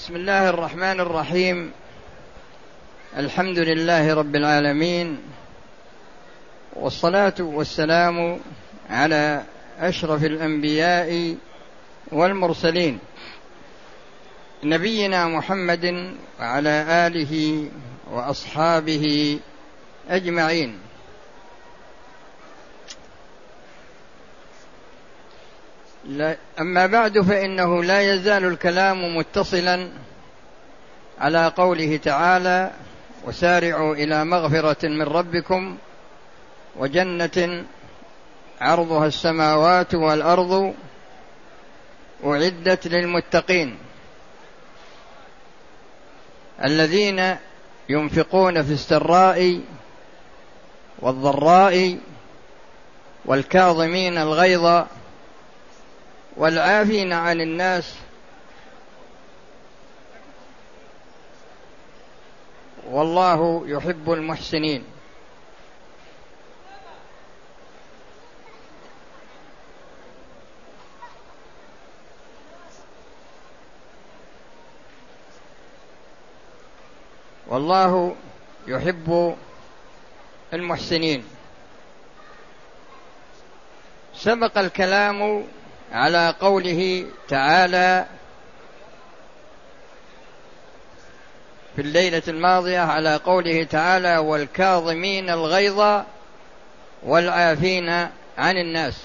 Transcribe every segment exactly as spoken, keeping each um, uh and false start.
بسم الله الرحمن الرحيم. الحمد لله رب العالمين، والصلاة والسلام على أشرف الأنبياء والمرسلين نبينا محمد وعلى آله وأصحابه أجمعين. أما بعد، فإنه لا يزال الكلام متصلا على قوله تعالى: وسارعوا إلى مغفرة من ربكم وجنة عرضها السماوات والأرض أعدت للمتقين الذين ينفقون في السراء والضراء والكاظمين الغيظ والعافين عن الناس والله يحب المحسنين. والله يحب المحسنين. سبق الكلام على قوله تعالى في الليلة الماضية، على قوله تعالى: والكاظمين الغيظ والعافين عن الناس.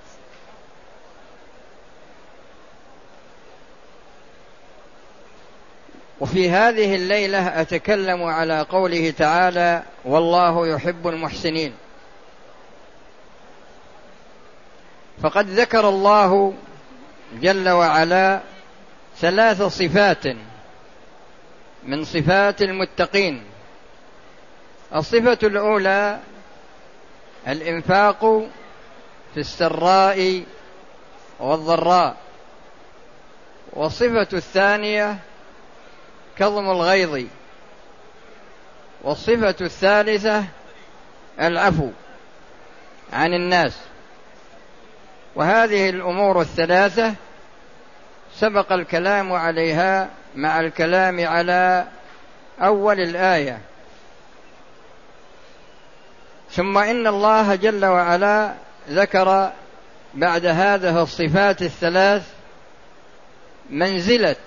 وفي هذه الليلة أتكلم على قوله تعالى: والله يحب المحسنين. فقد ذكر الله جل وعلا ثلاث صفات من صفات المتقين. الصفة الأولى الإنفاق في السراء والضراء، والصفة الثانية كظم الغيظ، والصفة الثالثة العفو عن الناس. وهذه الأمور الثلاثة سبق الكلام عليها مع الكلام على أول الآية. ثم إن الله جل وعلا ذكر بعد هذه الصفات الثلاث منزلة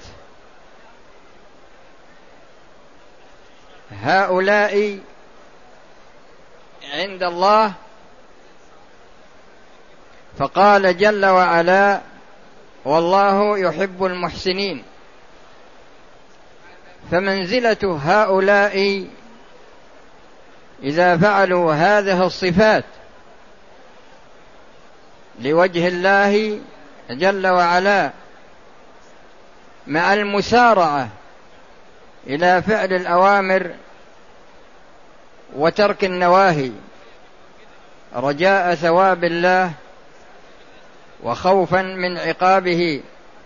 هؤلاء عند الله، فقال جل وعلا: والله يحب المحسنين. فمنزلة هؤلاء إذا فعلوا هذه الصفات لوجه الله جل وعلا مع المسارعة إلى فعل الأوامر وترك النواهي رجاء ثواب الله وخوفا من عقابه،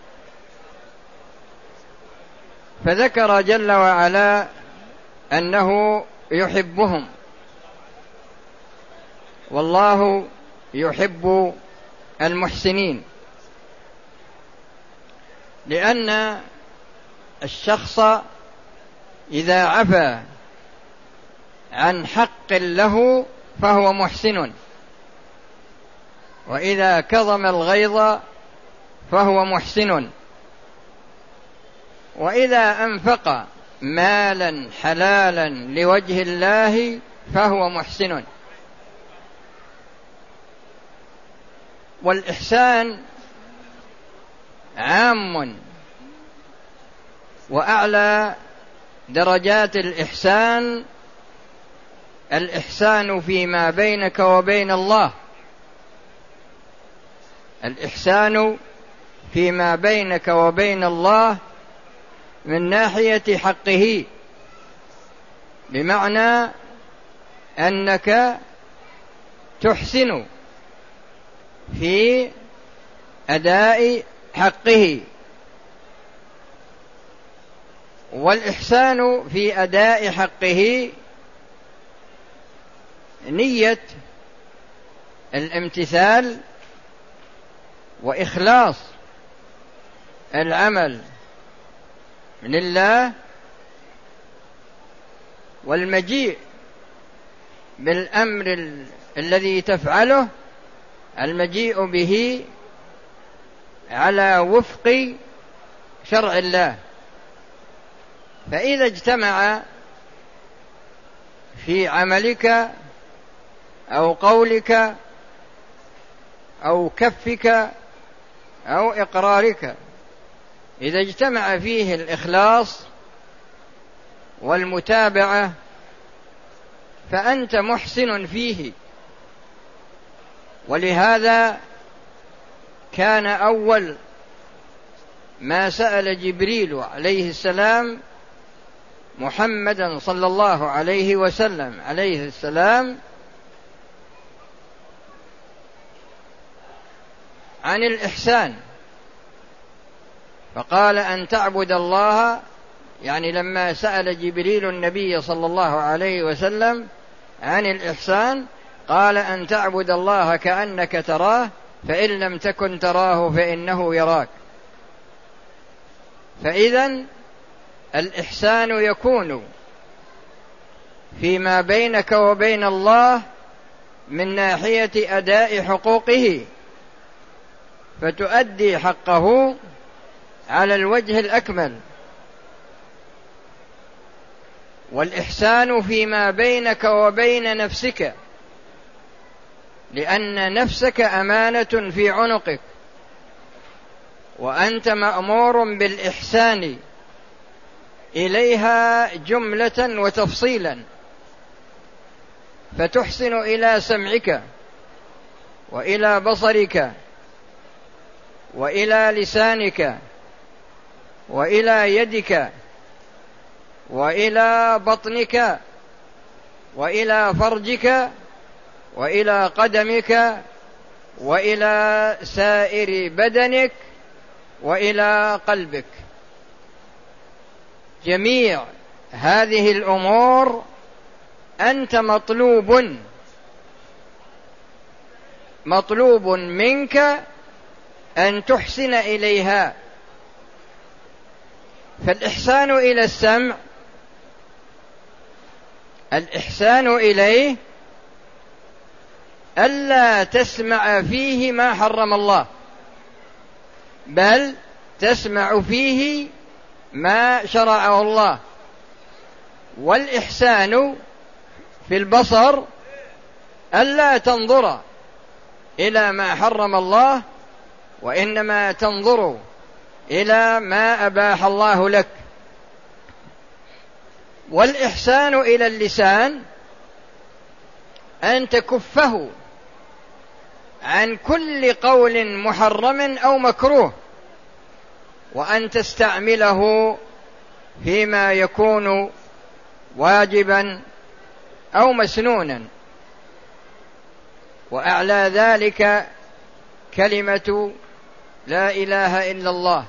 فذكر جل وعلا أنه يحبهم. والله يحب المحسنين، لأن الشخص إذا عفا عن حق له فهو محسن، وإذا كظم الغيظ فهو محسن، وإذا أنفق مالا حلالا لوجه الله فهو محسن. والإحسان عام، وأعلى درجات الإحسان الإحسان فيما بينك وبين الله، الإحسان فيما بينك وبين الله من ناحية حقه، بمعنى أنك تحسن في أداء حقه. والإحسان في أداء حقه نية الامتثال وإخلاص العمل لله، والمجيء بالأمر ال... الذي تفعله المجيء به على وفق شرع الله. فإذا اجتمع في عملك أو قولك أو كفك أو إقرارك، إذا اجتمع فيه الإخلاص والمتابعة فأنت محسن فيه. ولهذا كان أول ما سأل جبريل عليه السلام محمدا صلى الله عليه وسلم عليه السلام عن الإحسان، فقال أن تعبد الله، يعني لما سأل جبريل النبي صلى الله عليه وسلم عن الإحسان قال أن تعبد الله كأنك تراه فإن لم تكن تراه فإنه يراك. فإذن الإحسان يكون فيما بينك وبين الله من ناحية أداء حقوقه، فتؤدي حقه على الوجه الأكمل، والإحسان فيما بينك وبين نفسك، لأن نفسك أمانة في عنقك، وأنت مأمور بالإحسان إليها جملة وتفصيلا، فتحسن إلى سمعك وإلى بصرك وإلى لسانك وإلى يدك وإلى بطنك وإلى فرجك وإلى قدمك وإلى سائر بدنك وإلى قلبك. جميع هذه الأمور أنت مطلوب مطلوب منك أن تحسن إليها. فالإحسان إلى السمع، الإحسان إليه ألا تسمع فيه ما حرم الله، بل تسمع فيه ما شرعه الله. والإحسان في البصر ألا تنظر إلى ما حرم الله، وإنما تنظر إلى ما أباح الله لك. والإحسان إلى اللسان أن تكفه عن كل قول محرم أو مكروه، وأن تستعمله فيما يكون واجبا أو مسنونا. وأعلى ذلك كلمة لا إله إلا الله،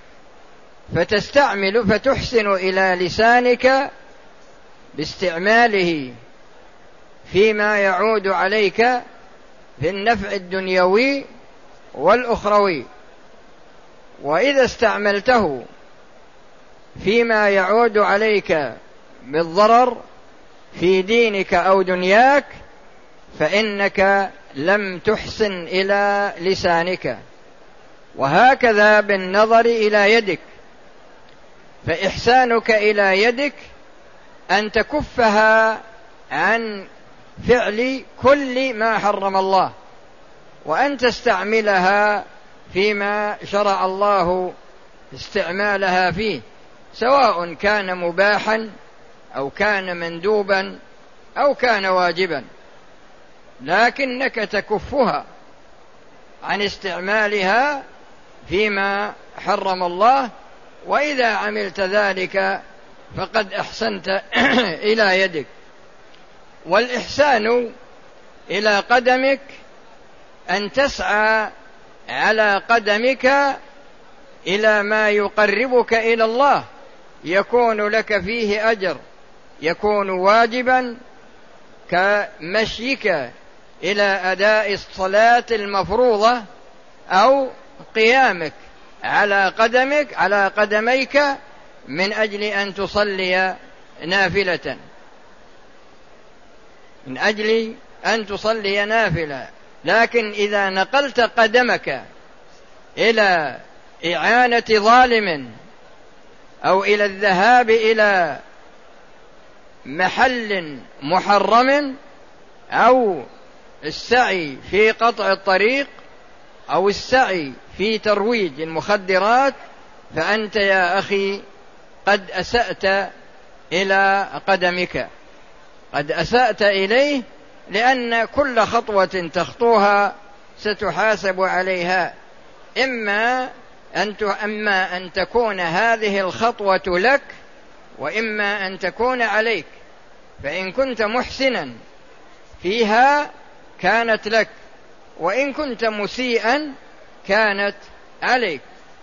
فتستعمل فتحسن إلى لسانك باستعماله فيما يعود عليك في النفع الدنيوي والأخروي. وإذا استعملته فيما يعود عليك بالضرر في دينك أو دنياك فإنك لم تحسن إلى لسانك. وهكذا بالنظر إلى يدك، فإحسانك إلى يدك أن تكفها عن فعل كل ما حرم الله، وأن تستعملها فيما شرع الله استعمالها فيه، سواء كان مباحا أو كان مندوبا أو كان واجبا، لكنك تكفها عن استعمالها فيما حرم الله. وإذا عملت ذلك فقد أحسنت إلى يدك. والإحسان إلى قدمك أن تسعى على قدمك إلى ما يقربك إلى الله، يكون لك فيه أجر، يكون واجبا كمشيك إلى أداء الصلاة المفروضة، أو قيامك على قدمك على قدميك من أجل أن تصلي نافلة، من أجل أن تصلي نافلة. لكن إذا نقلت قدمك إلى إعانة ظالم أو إلى الذهاب إلى محل محرم أو السعي في قطع الطريق أو السعي في ترويج المخدرات، فأنت يا أخي قد أسأت إلى قدمك، قد أسأت إليه، لأن كل خطوة تخطوها ستحاسب عليها، إما أن أما أن تكون هذه الخطوة لك وإما أن تكون عليك. فإن كنت محسنا فيها كانت لك، وإن كنت مسيئا كانت عليك.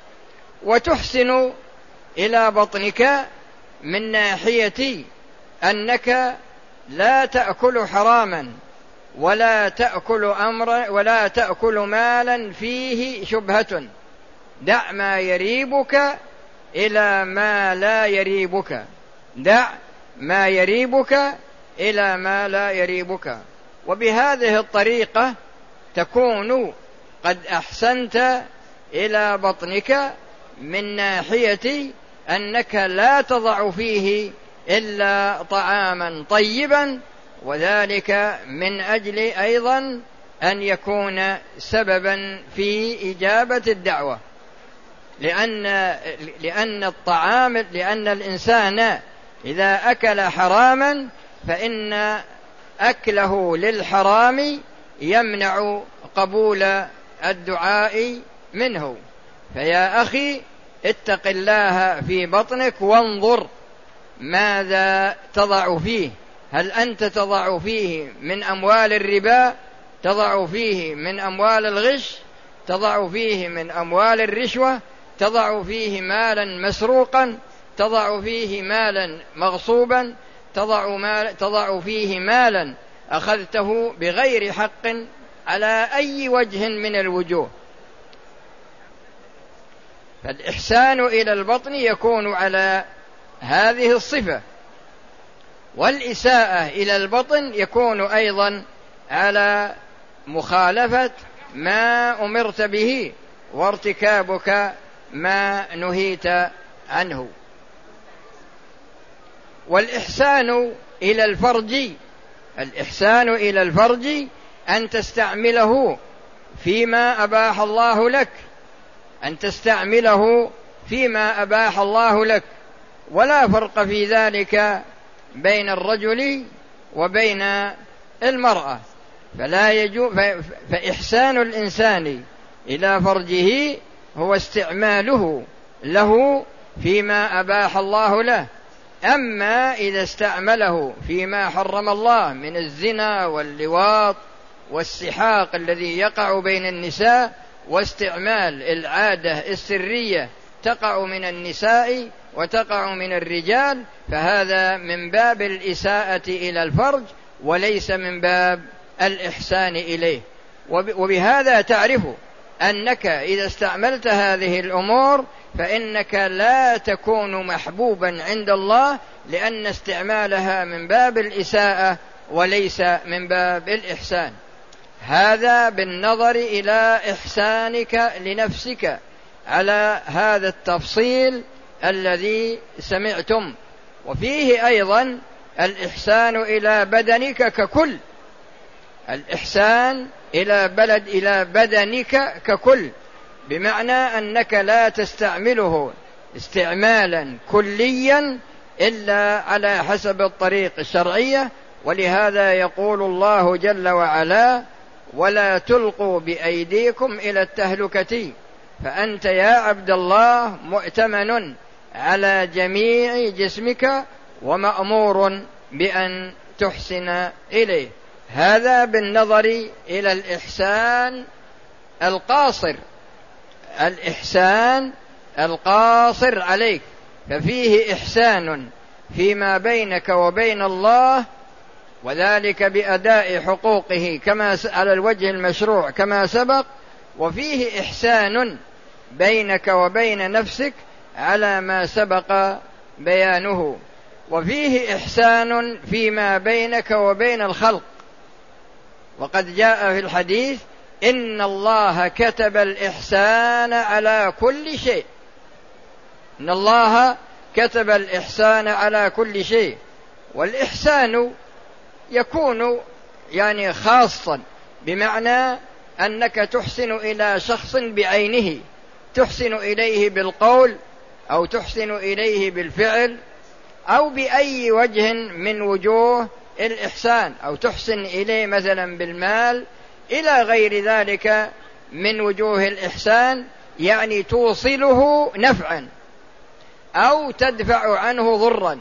وتحسن إلى بطنك من ناحية أنك لا تأكل حراما ولا تأكل أمرا ولا تأكل مالا فيه شبهة. دع ما يريبك إلى ما لا يريبك، دع ما يريبك إلى ما لا يريبك. وبهذه الطريقة تكون قد أحسنت إلى بطنك من ناحية أنك لا تضع فيه إلا طعاما طيبا، وذلك من أجل أيضا أن يكون سببا في إجابة الدعوة، لأن لأن الطعام لأن الإنسان إذا أكل حراما فإن أكله للحرام يمنع قبول الدعاء منه. فيا أخي اتق الله في بطنك وانظر ماذا تضع فيه. هل أنت تضع فيه من أموال الربا، تضع فيه من أموال الغش، تضع فيه من أموال الرشوة، تضع فيه مالا مسروقا، تضع فيه مالا مغصوبا، تضع, مال تضع فيه مالا أخذته بغير حق على أي وجه من الوجوه. فالإحسان إلى البطن يكون على هذه الصفة، والإساءة إلى البطن يكون أيضا على مخالفة ما أمرت به وارتكابك ما نهيت عنه. والإحسان إلى الفرج، الإحسان إلى الفرج أن تستعمله فيما أباح الله لك، أن تستعمله فيما أباح الله لك، ولا فرق في ذلك بين الرجل وبين المرأة. فلا يجوز فإحسان الإنسان إلى فرجه هو استعماله له فيما أباح الله له. أما إذا استعمله فيما حرم الله من الزنا واللواط والسحاق الذي يقع بين النساء، واستعمال العادة السرية تقع من النساء وتقع من الرجال، فهذا من باب الإساءة إلى الفرج وليس من باب الإحسان إليه. وبهذا تعرف أنك إذا استعملت هذه الأمور فإنك لا تكون محبوبا عند الله، لأن استعمالها من باب الإساءة وليس من باب الإحسان. هذا بالنظر إلى إحسانك لنفسك على هذا التفصيل الذي سمعتم. وفيه أيضا الإحسان إلى بدنك ككل، الإحسان إلى بلد إلى بدنك ككل، بمعنى أنك لا تستعمله استعمالا كليا إلا على حسب الطريق الشرعية. ولهذا يقول الله جل وعلا: ولا تلقوا بأيديكم إلى التهلكة. فأنت يا عبد الله مؤتمن على جميع جسمك ومأمور بأن تحسن إليه. هذا بالنظر إلى الإحسان القاصر، الإحسان القاصر عليك، ففيه إحسان فيما بينك وبين الله، وذلك بأداء حقوقه كما على الوجه المشروع كما سبق، وفيه إحسان بينك وبين نفسك على ما سبق بيانه. وفيه إحسان فيما بينك وبين الخلق، وقد جاء في الحديث: إن الله كتب الإحسان على كل شيء. إن الله كتب الإحسان على كل شيء. والإحسان يكون يعني خاصا، بمعنى أنك تحسن إلى شخص بعينه، تحسن إليه بالقول أو تحسن إليه بالفعل أو بأي وجه من وجوه الإحسان، أو تحسن إليه مثلا بالمال إلى غير ذلك من وجوه الإحسان، يعني توصله نفعا أو تدفع عنه ضرا،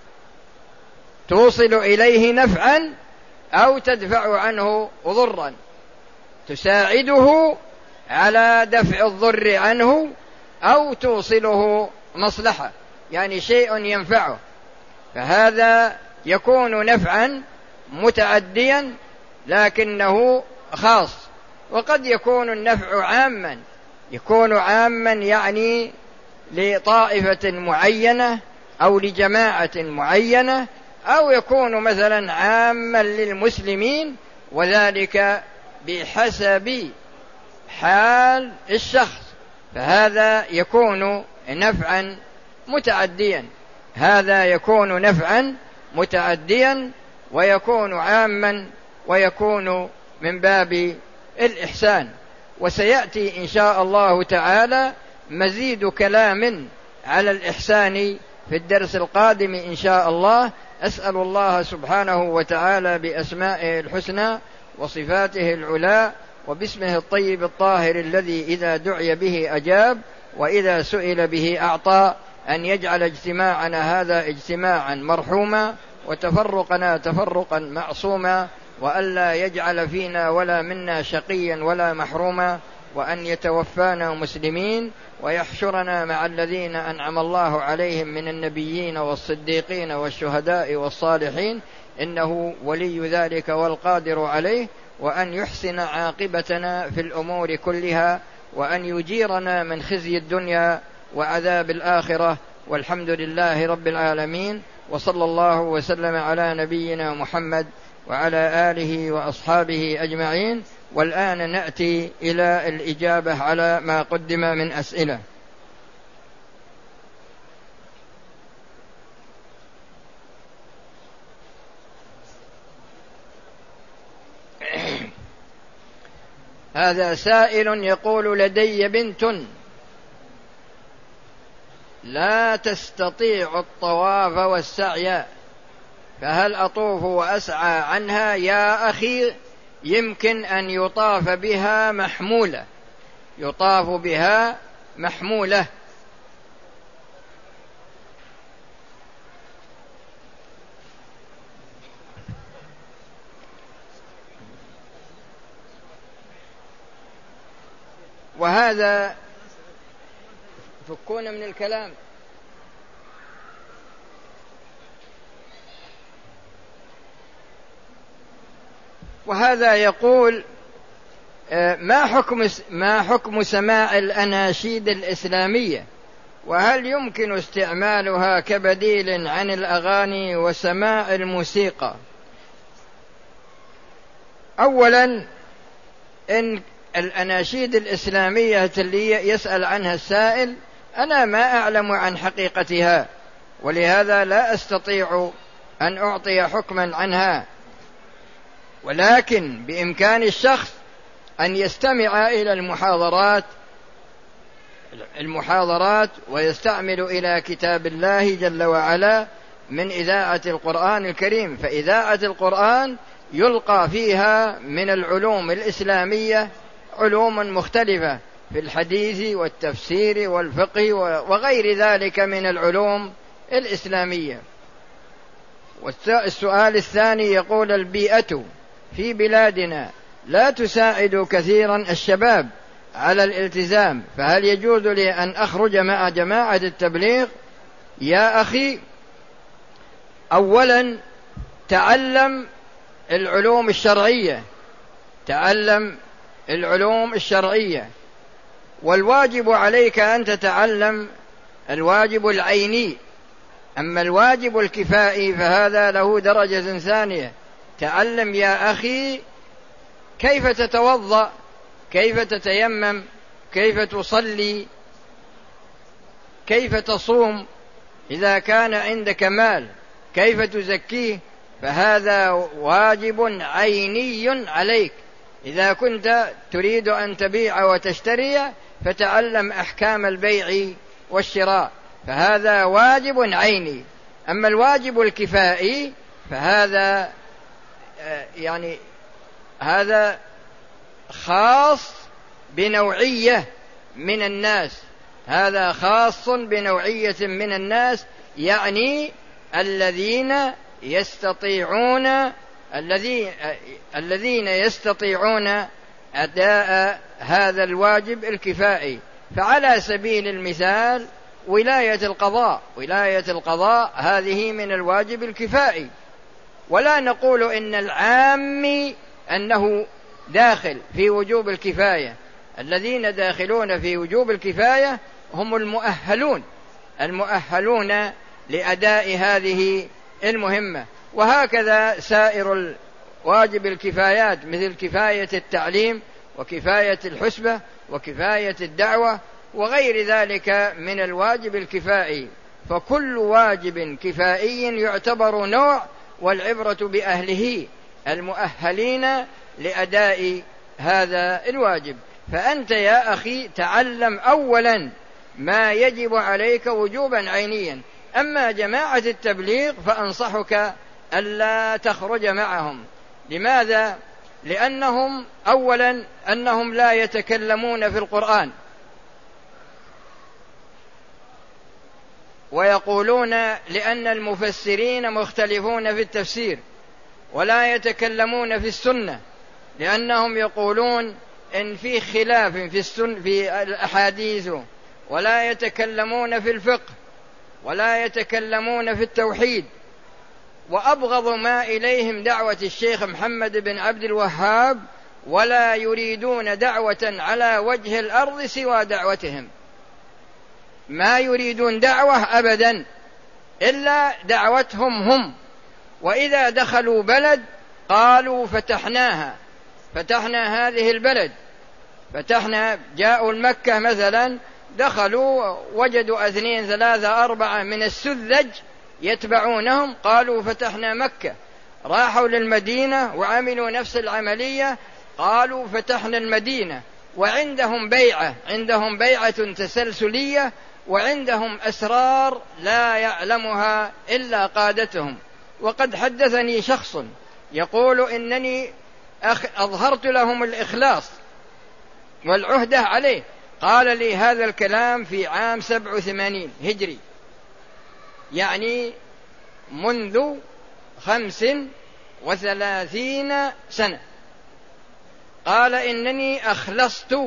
توصل إليه نفعا أو تدفع عنه ضرا، تساعده على دفع الضر عنه أو توصله مصلحة، يعني شيء ينفعه، فهذا يكون نفعا متعديا لكنه خاص. وقد يكون النفع عاما، يكون عاما يعني لطائفة معينة أو لجماعة معينة، أو يكون مثلا عاما للمسلمين، وذلك بحسب حال الشخص، فهذا يكون نفعا متعديا، هذا يكون نفعا متعديا ويكون عاما ويكون من باب الإحسان. وسيأتي إن شاء الله تعالى مزيد كلام على الإحسان في الدرس القادم إن شاء الله. أسأل الله سبحانه وتعالى بأسمائه الحسنى وصفاته العلى وباسمه الطيب الطاهر الذي إذا دعي به أجاب وإذا سئل به أعطى، أن يجعل اجتماعنا هذا اجتماعا مرحوما وتفرقنا تفرقا معصوما، وألا يجعل فينا ولا منا شقيا ولا محروما، وأن يتوفانا مسلمين ويحشرنا مع الذين أنعم الله عليهم من النبيين والصديقين والشهداء والصالحين، إنه ولي ذلك والقادر عليه، وأن يحسن عاقبتنا في الأمور كلها، وأن يجيرنا من خزي الدنيا وعذاب الآخرة، والحمد لله رب العالمين. وصلى الله وسلم على نبينا محمد وعلى آله وأصحابه أجمعين. والآن نأتي إلى الإجابة على ما قدم من أسئلة. هذا سائل يقول: لدي بنت لا تستطيع الطواف والسعي، فهل أطوف وأسعى عنها؟ يا أخي، يمكن أن يطاف بها محمولة، يطاف بها محمولة. وهذا فكون من الكلام. وهذا يقول: ما حكم ما حكم سماع الأناشيد الإسلامية؟ وهل يمكن استعمالها كبديل عن الأغاني وسماع الموسيقى؟ أولا، إن الأناشيد الإسلامية اللي يسأل عنها السائل أنا ما أعلم عن حقيقتها، ولهذا لا أستطيع أن أعطي حكما عنها، ولكن بإمكان الشخص أن يستمع إلى المحاضرات المحاضرات ويستعمل إلى كتاب الله جل وعلا من إذاعة القرآن الكريم، فإذاعة القرآن يلقى فيها من العلوم الإسلامية علوم مختلفة في الحديث والتفسير والفقه وغير ذلك من العلوم الإسلامية. والسؤال الثاني يقول: البيئة في بلادنا لا تساعد كثيرا الشباب على الالتزام، فهل يجوز لي أن أخرج مع جماعة التبليغ؟ يا أخي، أولا تعلم العلوم الشرعية، تعلم العلوم الشرعية، والواجب عليك أن تتعلم الواجب العيني أما الواجب الكفائي فهذا له درجة ثانية. تعلم يا أخي كيف تتوضأ، كيف تتيمم، كيف تصلي، كيف تصوم، إذا كان عندك مال كيف تزكيه، فهذا واجب عيني عليك. إذا كنت تريد أن تبيع وتشتري فتعلم أحكام البيع والشراء، فهذا واجب عيني. أما الواجب الكفائي فهذا يعني هذا خاص بنوعية من الناس، هذا خاص بنوعية من الناس، يعني الذين يستطيعون الذين الذين يستطيعون أداء هذا الواجب الكفائي. فعلى سبيل المثال ولاية القضاء، ولاية القضاء هذه من الواجب الكفائي، ولا نقول إن العامي أنه داخل في وجوب الكفاية. الذين داخلون في وجوب الكفاية هم المؤهلون المؤهلون لأداء هذه المهمة. وهكذا سائر واجب الكفايات مثل كفاية التعليم وكفاية الحسبة وكفاية الدعوة وغير ذلك من الواجب الكفائي. فكل واجب كفائي يعتبر نوع، والعبرة بأهله المؤهلين لأداء هذا الواجب. فأنت يا أخي تعلم أولا ما يجب عليك وجوبا عينيا. أما جماعة التبليغ فأنصحك ألا تخرج معهم. لماذا؟ لأنهم أولا أنهم لا يتكلمون في القرآن، ويقولون لأن المفسرين مختلفون في التفسير، ولا يتكلمون في السنة لأنهم يقولون إن في خلاف في السنة في الأحاديث، ولا يتكلمون في الفقه، ولا يتكلمون في التوحيد. وأبغض ما إليهم دعوة الشيخ محمد بن عبد الوهاب، ولا يريدون دعوة على وجه الأرض سوى دعوتهم، ما يريدون دعوة أبدا إلا دعوتهم هم. وإذا دخلوا بلد قالوا فتحناها، فتحنا هذه البلد، فتحنا. جاءوا المكة مثلا، دخلوا وجدوا اثنين ثلاثة أربعة من السذج يتبعونهم، قالوا فتحنا مكة. راحوا للمدينة وعملوا نفس العملية، قالوا فتحنا المدينة. وعندهم بيعة، عندهم بيعة تسلسلية، وعندهم أسرار لا يعلمها إلا قادتهم. وقد حدثني شخص يقول إنني أظهرت لهم الإخلاص والعهدة عليه، قال لي هذا الكلام في عام سبع وثمانين هجري، يعني منذ خمس وثلاثين سنة. قال إنني أخلصت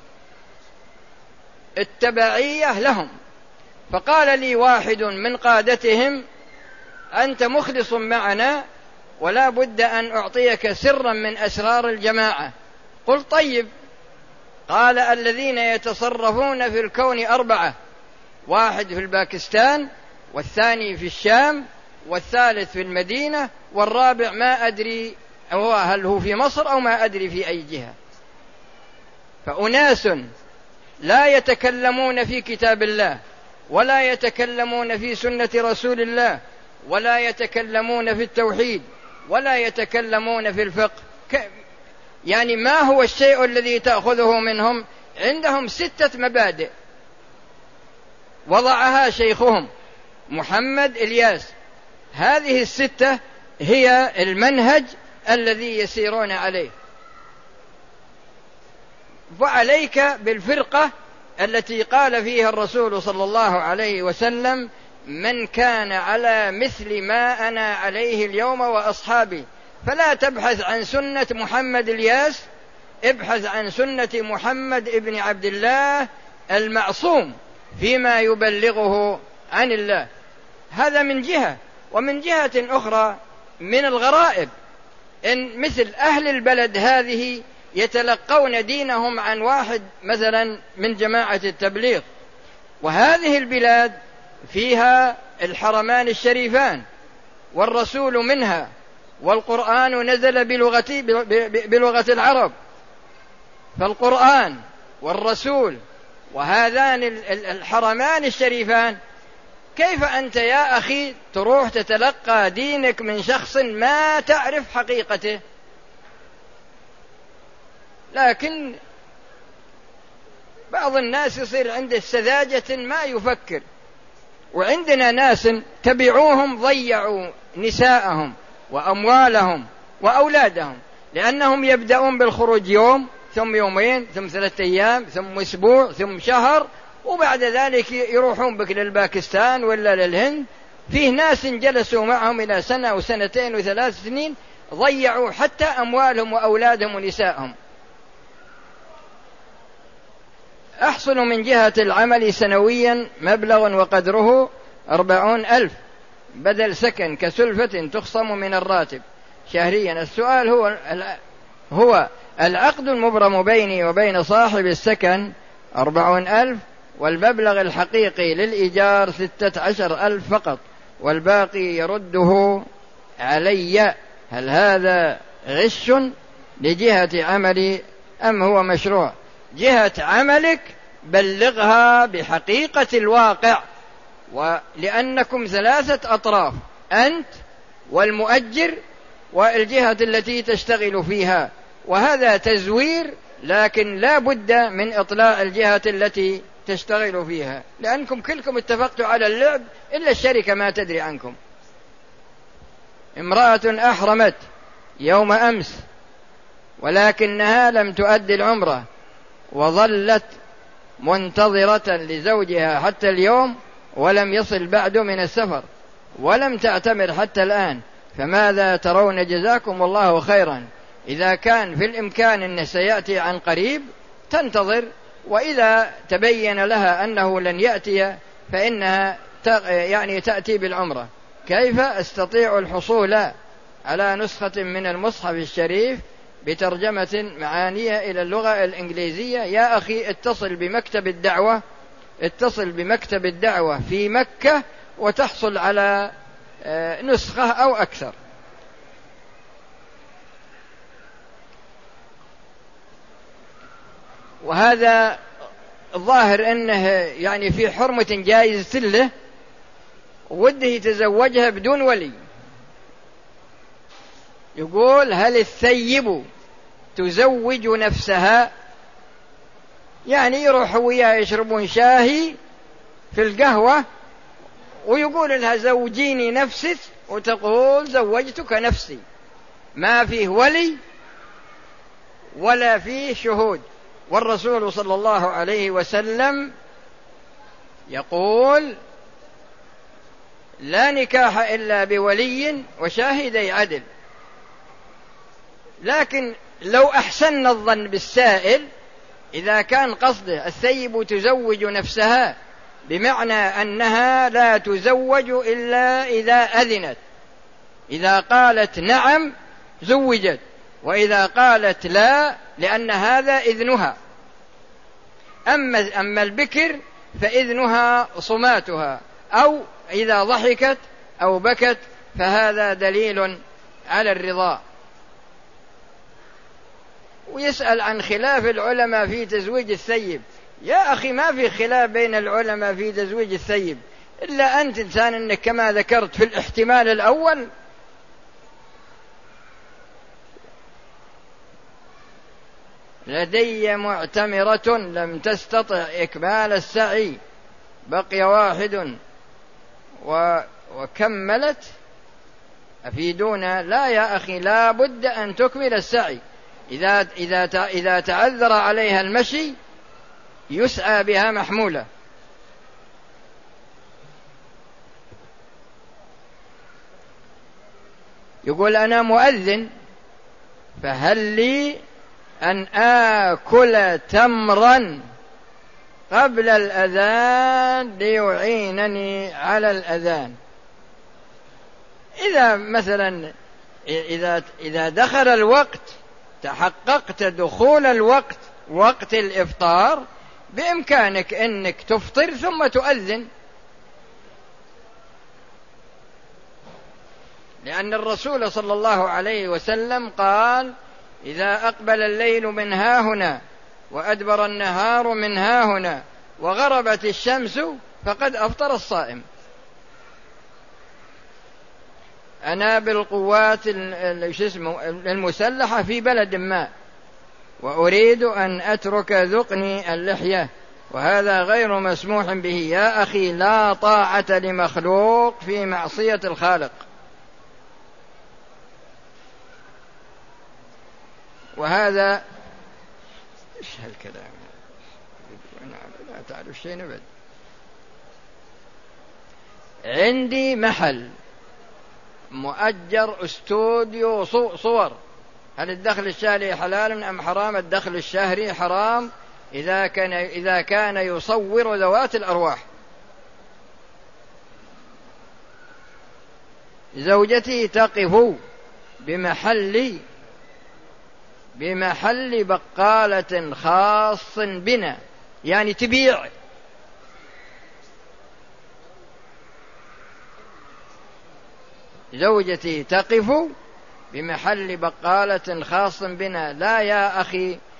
التبعية لهم. فقال لي واحد من قادتهم أنت مخلص معنا ولا بد أن أعطيك سرا من أسرار الجماعة. قل طيب. قال الذين يتصرفون في الكون أربعة، واحد في الباكستان، والثاني في الشام، والثالث في المدينة، والرابع ما أدري هو هل هو في مصر أو ما أدري في أي جهة. فأناس لا يتكلمون في كتاب الله، ولا يتكلمون في سنة رسول الله، ولا يتكلمون في التوحيد، ولا يتكلمون في الفقه. يعني ما هو الشيء الذي تأخذه منهم؟ عندهم ستة مبادئ وضعها شيخهم محمد إلياس. هذه الستة هي المنهج الذي يسيرون عليه. وعليك بالفرقة التي قال فيها الرسول صلى الله عليه وسلم من كان على مثل ما أنا عليه اليوم وأصحابي. فلا تبحث عن سنة محمد إلياس، ابحث عن سنة محمد ابن عبد الله المعصوم فيما يبلغه عن الله. هذا من جهة. ومن جهة أخرى من الغرائب إن مثل أهل البلد هذه يتلقون دينهم عن واحد مثلا من جماعة التبليغ، وهذه البلاد فيها الحرمان الشريفان والرسول منها، والقرآن نزل بلغة, بلغة العرب، فالقرآن والرسول وهذان الحرمان الشريفان، كيف أنت يا أخي تروح تتلقى دينك من شخص ما تعرف حقيقته؟ لكن بعض الناس يصير عنده سذاجة ما يفكر، وعندنا ناس تبعوهم ضيعوا نساءهم وأموالهم وأولادهم، لأنهم يبدأون بالخروج يوم ثم يومين ثم ثلاثة أيام ثم أسبوع ثم شهر، وبعد ذلك يروحون بك للباكستان ولا للهند. فيه ناس جلسوا معهم إلى سنة وسنتين وثلاث سنين ضيعوا حتى أموالهم وأولادهم ونسائهم. أحصل من جهة العمل سنويا مبلغ وقدره أربعون ألف بدل سكن كسلفة تخصم من الراتب شهريا. السؤال هو هو العقد المبرم بيني وبين صاحب السكن أربعون ألف، والمبلغ الحقيقي للإيجار ستة عشر ألف فقط، والباقي يرده علي. هل هذا غش لجهة عملي أم هو مشروع؟ جهة عملك بلغها بحقيقة الواقع، ولأنكم ثلاثة أطراف، أنت والمؤجر والجهة التي تشتغل فيها، وهذا تزوير، لكن لا بد من إطلاع الجهة التي تشتغل فيها، لأنكم كلكم اتفقتوا على اللعب إلا الشركة ما تدري عنكم. امرأة أحرمت يوم أمس ولكنها لم تؤدي العمرة، وظلت منتظرة لزوجها حتى اليوم ولم يصل بعد من السفر، ولم تعتمر حتى الآن، فماذا ترون جزاكم الله خيرا؟ إذا كان في الإمكان أنه سيأتي عن قريب تنتظر، وإذا تبين لها أنه لن يأتي فإنها يعني تأتي بالعمرة. كيف أستطيع الحصول على نسخة من المصحف الشريف بترجمة معانية إلى اللغة الإنجليزية؟ يا أخي اتصل بمكتب الدعوة اتصل بمكتب الدعوة في مكة وتحصل على نسخة أو أكثر. وهذا الظاهر أنه يعني في حرمة جائزة له، وده يتزوجها بدون ولي. يقول: هل الثيب تزوج نفسها؟ يعني يروحوا وياها يشربون شاهي في القهوة ويقول لها زوجيني نفسك، وتقول زوجتك نفسي، ما فيه ولي ولا فيه شهود. والرسول صلى الله عليه وسلم يقول: لا نكاح إلا بولي وشاهدي عدل. لكن لو أحسن الظن بالسائل، إذا كان قصده الثيب تزوج نفسها بمعنى أنها لا تزوج إلا إذا أذنت، إذا قالت نعم زوجت، وإذا قالت لا لأن هذا إذنها. أما, أما البكر فإذنها صماتها، أو إذا ضحكت أو بكت فهذا دليل على الرضا. ويسأل عن خلاف العلماء في تزويج الثيب. يا أخي ما في خلاف بين العلماء في تزويج الثيب، إلا أنت إنسان أنك كما ذكرت في الاحتمال الأول لدي معتمرة لم تستطع إكمال السعي، بقي واحد و... وكملت، أفيدونا. لا يا أخي، لا بد أن تكمل السعي. إذا, إذا, إذا تعذر عليها المشي يسعى بها محمولة. يقول: أنا مؤذن، فهل لي أن آكل تمرا قبل الأذان ليعينني على الأذان؟ إذا مثلا إذا, إذا دخل الوقت، تحققت دخول الوقت، وقت الإفطار، بإمكانك أنك تفطر ثم تؤذن. لأن الرسول صلى الله عليه وسلم قال: إذا أقبل الليل من هاهنا وأدبر النهار من هاهنا وغربت الشمس فقد أفطر الصائم. أنا بالقوات المسلحة في بلد ما وأريد أن أترك ذقني اللحية، وهذا غير مسموح به. يا أخي، لا طاعة لمخلوق في معصية الخالق. وهذا إيش هالكلام؟ لا تعرف شيء أبد. عندي محل مؤجر استوديو صور، هل الدخل الشهري حلال أم حرام؟ الدخل الشهري حرام إذا كان إذا كان يصور ذوات الأرواح. زوجتي تقف بمحل بمحل بقالة خاص بنا، يعني تبيع. زوجتي تقف بمحل بقالة خاص بنا. لا يا أخي،